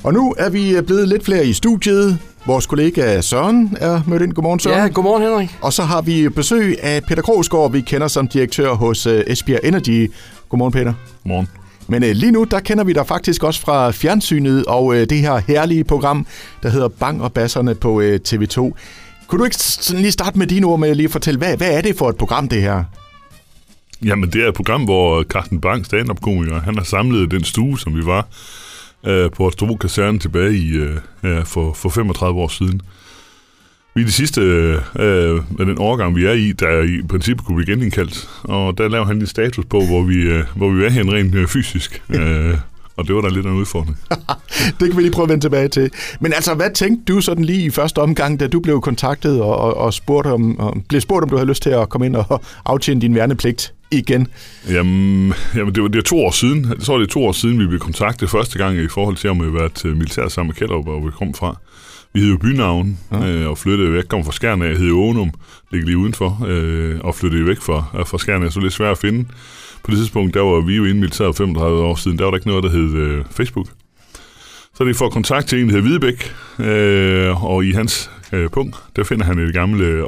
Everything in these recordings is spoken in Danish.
Og nu er vi blevet lidt flere i studiet. Vores kollega Søren er mødt ind. Godmorgen, Søren. Ja, godmorgen, Henrik. Og så har vi besøg af Peter Krogsgaard, vi kender som direktør hos Esbjerg Energy. Godmorgen, Peter. Godmorgen. Men lige nu, der kender vi dig faktisk også fra fjernsynet og det her herlige program, der hedder Bang og Basserne på TV2. Kunne du ikke sådan lige starte med dine ord med at lige fortælle, hvad er det for et program, det her? Jamen, det er et program, hvor Carsten Bang, stand-up-komiker, han har samlet den stue, som vi var på Holstebro Kaserne tilbage i for 35 år siden. Vi er de sidste med den årgang, vi er i, der i princippet kunne blive genindkaldt, og der laver han en status på, hvor vi er hen rent fysisk. Og det var da lidt af en udfordring. Det kan vi lige prøve at vende tilbage til. Men altså, hvad tænkte du sådan lige i første omgang, da du blev kontaktet og blev spurgt, om du havde lyst til at komme ind og aftjene din værnepligt igen? Jamen det er 2 år siden. Jeg tror, det er 2 år siden, vi blev kontaktet første gang i forhold til, om vi havde været militær sammen med Kjellerup, hvor vi kom fra. Vi hed jo bynavn og flyttede væk, kom fra Skjern af, hed Ånum, ligger lige udenfor, og flyttede væk fra Skjern af, så det er lidt svært at finde. På det tidspunkt, der var vi jo inde i militæret 35 år siden, der var der ikke noget, der hed Facebook. Så det får kontakt til en, der hedder Hvidebæk, og i hans punkt, der finder han et gamle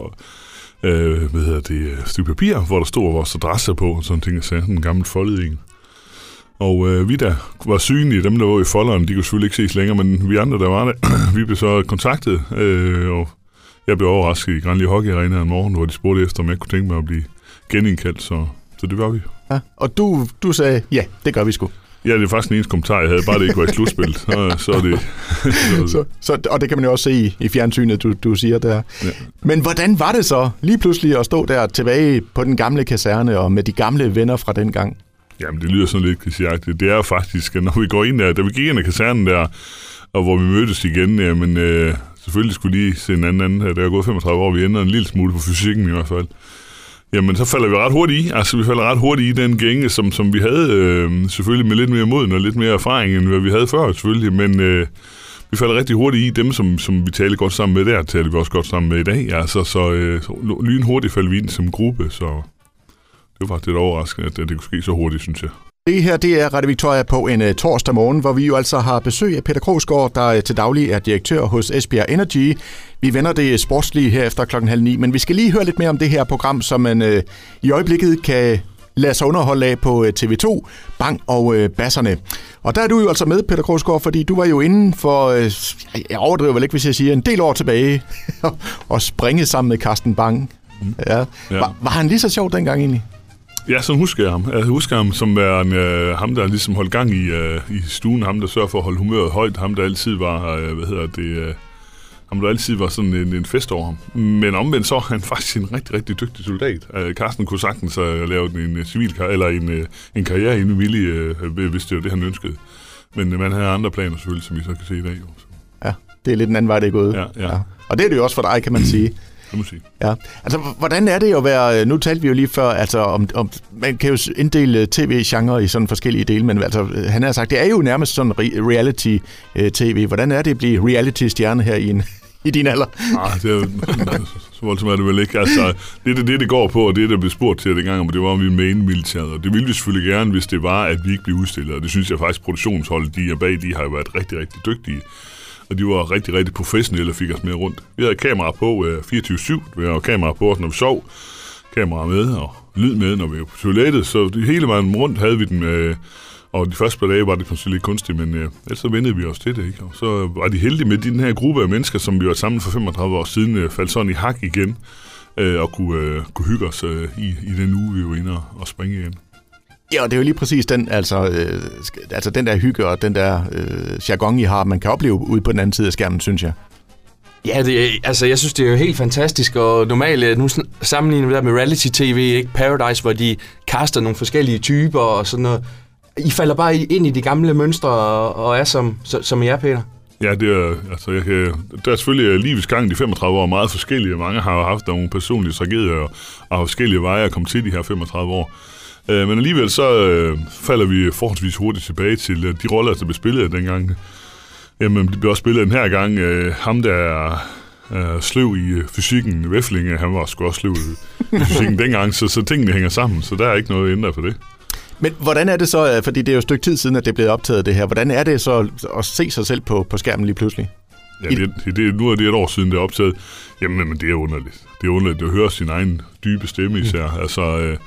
stykke papir, hvor der stod vores adresse på, og sådan ting, sådan en gammel foldet en. Og vi der var synlige, dem der var i folderen, de kunne selvfølgelig ikke ses længere, men vi andre, der var det, vi blev så kontaktet, og jeg blev overrasket i Granli Hockey Arena en morgen, hvor de spurgte efter, om jeg kunne tænke mig at blive genindkaldt, så det var vi. Ja, og du sagde, ja, det gør vi sgu. Ja, det er faktisk den eneste kommentar, jeg havde, bare det ikke var i slutspil. Så er det... Og det kan man jo også se i fjernsynet, du siger der. Ja. Men hvordan var det så lige pludselig at stå der tilbage på den gamle kaserne og med de gamle venner fra den gang? Jamen, det lyder sådan lidt klichéagtigt. Det er faktisk, når vi går ind der, da vi gik ind i kasernen der, og hvor vi mødtes igen, men selvfølgelig skulle lige se en anden. Der er gået 35 år, vi ændrede en lille smule på fysikken i hvert fald. Jamen, så falder vi ret hurtigt i. Altså, vi falder ret hurtigt i den gænge, som vi havde, selvfølgelig med lidt mere moden og lidt mere erfaring, end hvad vi havde før, selvfølgelig. Men vi falder rigtig hurtigt i dem, som vi talte godt sammen med der, taler vi også godt sammen med i dag. Altså, så lynhurtigt faldt vi ind som gruppe, så det var faktisk lidt overraskende, at det kunne ske så hurtigt, synes jeg. Det her, det er Radio Victoria på en torsdag morgen, hvor vi jo altså har besøg af Peter Krogsgaard, der til daglig er direktør hos Esbjerg Energy. Vi vender det sportslige her efter 8:30, men vi skal lige høre lidt mere om det her program, som man i øjeblikket kan lade sig underholde af på TV2, Bang og Basserne. Og der er du jo altså med, Peter Krogsgaard, fordi du var jo inden for, jeg overdriver vel ikke, hvis jeg siger, en del år tilbage, og springe sammen med Carsten Bang. Ja. Var han lige så sjov dengang egentlig? Ja, sådan husker jeg ham. Jeg husker ham som ham, der ligesom holdt gang i stuen, ham, der sørger for at holde humøret højt, ham, der altid var, ham, der altid var sådan en fest over ham. Men omvendt så er han faktisk en rigtig, rigtig dygtig soldat. Carsten kunne sagtens lave en civil eller en karriere inde i Willy, hvis det var det, han ønskede. Men man havde andre planer selvfølgelig, som vi så kan se i dag. Ja, det er lidt en anden vej, det er gået. Ja. Og det er det jo også for dig, kan man sige. Ja, altså hvordan er det at være, nu talte vi jo lige før, altså om man kan jo inddele tv-genre i sådan forskellige dele, men altså han har sagt, det er jo nærmest sådan reality-tv. Hvordan er det at blive reality-stjerne her i din alder? Det er så voldsomt er det vel ikke. Altså, det går på, og det der blev spurgt til dengang, om det var, om vi med i militæret, og det ville vi selvfølgelig gerne, hvis det var, at vi ikke blev udstillet, og det synes jeg faktisk, produktionsholdet, de er bag, de har jo været rigtig, rigtig dygtige. Og de var rigtig, rigtig professionelle og fik os med rundt. Vi havde kamera på 24/7. Vi havde kamera på, når vi sov. Kamera med og lyd med, når vi var på toilettet. Så hele vejen rundt havde vi den. Og de første par dage var det måske lidt kunstigt, men ellers så vendede vi os til det. Ikke? Og så var de heldige med den her gruppe af mennesker, som vi var sammen for 35 år siden, faldt sådan i hak igen. Og kunne hygge os i den uge, vi var inde og springe igen. Ja, og det er jo lige præcis den, altså den der hygge og den der jargon, I har, man kan opleve ude på den anden side af skærmen, synes jeg. Ja, jeg synes, det er jo helt fantastisk, og normalt, nu sammenligner vi der med reality-tv, ikke? Paradise, hvor de kaster nogle forskellige typer og sådan noget. I falder bare ind i de gamle mønstre og er som I er, Peter. Ja, det er, altså, der er selvfølgelig livets gang de 35 år meget forskellige. Mange har haft nogle personlige tragedier og forskellige veje at komme til de her 35 år. Men alligevel så falder vi forholdsvis hurtigt tilbage til de roller, der blev spillet dengang. Jamen, det blev også spillet den her gang. Ham, der er sløv i fysikken, Væflinge, han var sgu også sløv i fysikken dengang, så tingene hænger sammen, så der er ikke noget at ændre for det. Men hvordan er det så, fordi det er jo et stykke tid siden, at det er blevet optaget det her, hvordan er det så at se sig selv på skærmen lige pludselig? Ja, nu er det et år siden, det er optaget. Jamen, men det er underligt. Det er underligt at høre sin egen dybe stemme især. Altså,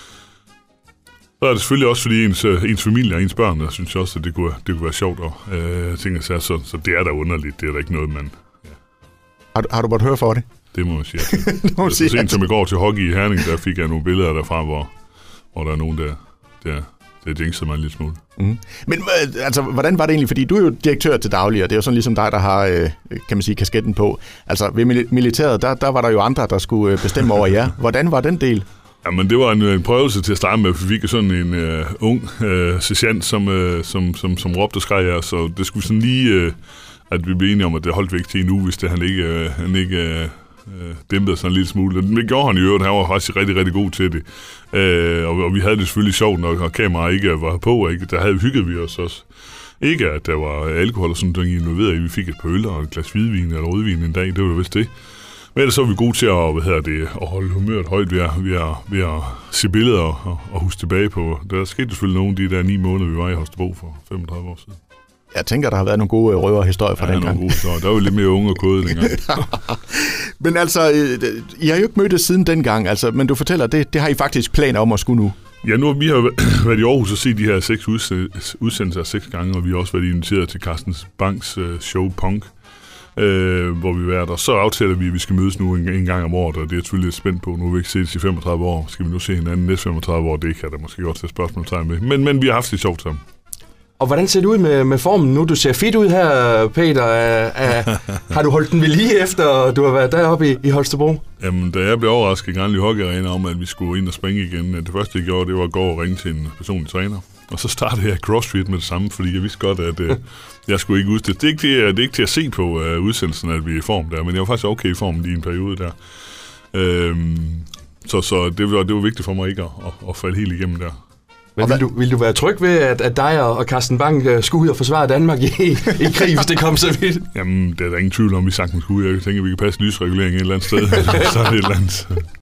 så er det selvfølgelig også, fordi ens familie og ens børn, der synes også, at det kunne være sjovt at tænke sig. Så det er da underligt. Det er da ikke noget, man... Ja. Har du måttet høre for det? Det må man sige. Så sent som jeg går til hockey i Herning, der fik jeg nogle billeder derfra, hvor der er nogen, der jinxer mig en lille smule. Mm. Men altså, hvordan var det egentlig? Fordi du er jo direktør til daglig, og det er jo sådan ligesom dig, der har, kan man sige, kasketten på. Altså, ved militæret, der var der jo andre, der skulle bestemme over jer. Hvordan var den del? Jamen, det var en prøvelse til at starte med, for vi fik sådan en ung sergeant, som råbte og skreg af, så det skulle sådan lige, at vi blev enige om, at det holdt væk til en uge, hvis det han ikke dæmpede sig en lille smule. Det gjorde han i øvrigt, han var faktisk rigtig, rigtig god til det. Og vi havde det selvfølgelig sjovt, når kameraet ikke var på, ikke? Der havde hygget vi os også. Ikke at der var alkohol og sådan noget involveret i. Vi fik et par øl og et glas hvidvin eller rødvin en dag, det var jo vist det. Men ellers så var vi gode til at holde humøret højt ved at se billeder og huske tilbage på. Der skete selvfølgelig nogle af de der 9 måneder, vi var i Holstebro for 35 år siden. Jeg tænker, der har været nogle gode røverhistorier fra den gang. Der var jo lidt mere unge og kode dengang. Men altså, I har jo ikke mødtes siden dengang, altså, men du fortæller, det har I faktisk planer om at skulle nu. Ja, nu har vi været i Aarhus og set de her 6 udsendelser 6 gange, og vi har også været inviteret til Carsten Bangs show Punk, hvor vi har været. Og så aftaler vi, at vi skal mødes nu en gang om året, og det er selvfølgelig lidt spændt på. Nu har vi ikke set i 35 år. Skal vi nu se hinanden næste 35 år? Det kan der måske godt tage spørgsmålstegn med. Men vi har haft det sjovt sammen. Og hvordan ser det ud med formen nu? Du ser fit ud her, Peter. Har du holdt den ved lige efter, du har været deroppe i Holstebro? Jamen, da jeg blev overrasket i Granly Hockey Arena om, at vi skulle ind og springe igen, det første, jeg gjorde, det var at gå og ringe til en personlig træner. Og så startede jeg CrossFit med det samme, fordi jeg vidste godt, at jeg skulle ikke udstille. Det er ikke til at se på udsendelsen, at vi er i form der, men jeg var faktisk okay i form lige en periode der. Så det var vigtigt for mig ikke at falde helt igennem der. Men vil du være tryg ved, at dig og Carsten Bang skulle ud og forsvare Danmark i krig, hvis det kom så vidt? Jamen, det er der ingen tvivl om, vi sagtens skulle ud. Jeg tænker, at vi kan passe lysregulering et eller andet sted. Så er det et eller andet.